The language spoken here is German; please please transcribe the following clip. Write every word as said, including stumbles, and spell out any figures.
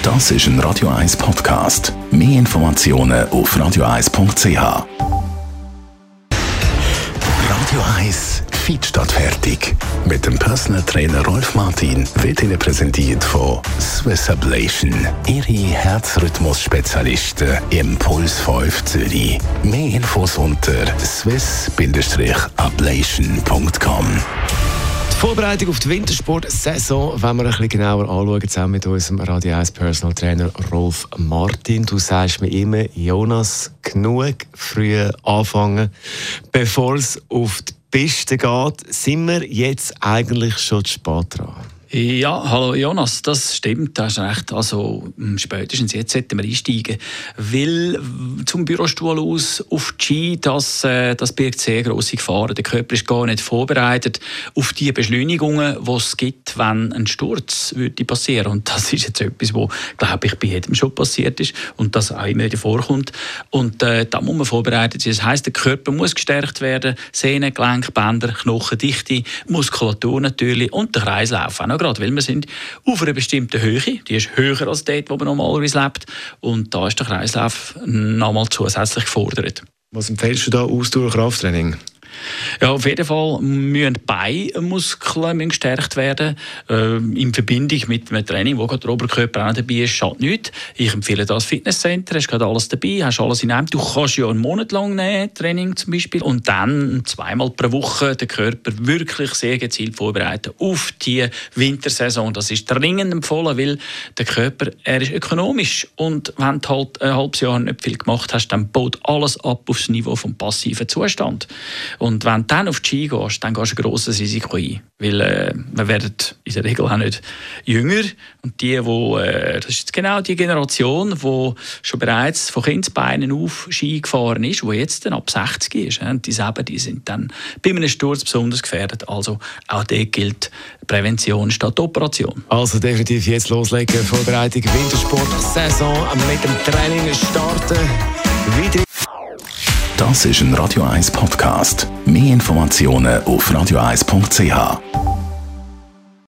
Das ist ein Radio eins Podcast. Mehr Informationen auf radio eins punkt c h. Radio eins Fit statt fertig. Mit dem Personal Trainer Rolf Martin wird Ihnen präsentiert von Swiss Ablation. Ihre Herzrhythmus-Spezialisten im Puls fünf Zürich. Mehr Infos unter swiss ablation punkt com. Die Vorbereitung auf die Wintersport-Saison wollen wir ein bisschen genauer anschauen, zusammen mit unserem Radio eins Personal Trainer Rolf Martin. Du sagst mir immer, Jonas, genug früh anfangen, bevor es auf die Piste geht. Sind wir jetzt eigentlich schon zu spät dran? Ja, hallo Jonas, das stimmt, du hast recht. Also spätestens jetzt sollten wir einsteigen, weil zum Bürostuhl aus auf die Ski, das, äh, das birgt sehr grosse Gefahren. Der Körper ist gar nicht vorbereitet auf die Beschleunigungen, die es gibt, wenn ein Sturz würde passieren. Und das ist jetzt etwas, was, glaube ich, bei jedem schon passiert ist und das auch immer wieder vorkommt. Und äh, da muss man vorbereitet sein. Das heisst, der Körper muss gestärkt werden, Sehnen, Gelenk, Bänder, Knochendichte, Muskulatur natürlich und der Kreislauf auch noch. Gerade, weil wir sind auf einer bestimmten Höhe, die ist höher als dort, wo man normalerweise lebt, und da ist der Kreislauf nochmal zusätzlich gefordert. Was empfiehlst du da Ausdauer- Krafttraining? Ja, auf jeden Fall müssen die Beinmuskeln gestärkt werden, äh, in Verbindung mit einem Training, wo gerade der Oberkörper auch dabei ist, schadet nichts. Ich empfehle das Fitnesscenter, hast gerade alles dabei, hast alles in einem. Du kannst ja einen Monat lang nehmen, Training zum Beispiel, und dann zweimal pro Woche den Körper wirklich sehr gezielt vorbereiten auf die Wintersaison. Das ist dringend empfohlen, weil der Körper, er ist ökonomisch, und wenn du halt ein halbes Jahr nicht viel gemacht hast, dann baut alles ab aufs Niveau vom passiven Zustand. Und wenn du dann auf die Ski gehst, dann gehst du ein grosses Risiko ein. Weil äh, wir werden in der Regel auch nicht jünger. Und die, wo, äh, das ist genau die Generation, die schon bereits von Kindesbeinen auf Ski gefahren ist, die jetzt dann ab sechzig ist. Und die selber, die sind dann bei einem Sturz besonders gefährdet. Also auch dort gilt Prävention statt Operation. Also definitiv jetzt loslegen. Vorbereitung Wintersport-Saison mit dem Training starten. Wieder. Das ist ein Radio eins Podcast. Mehr Informationen auf radio eins punkt c h.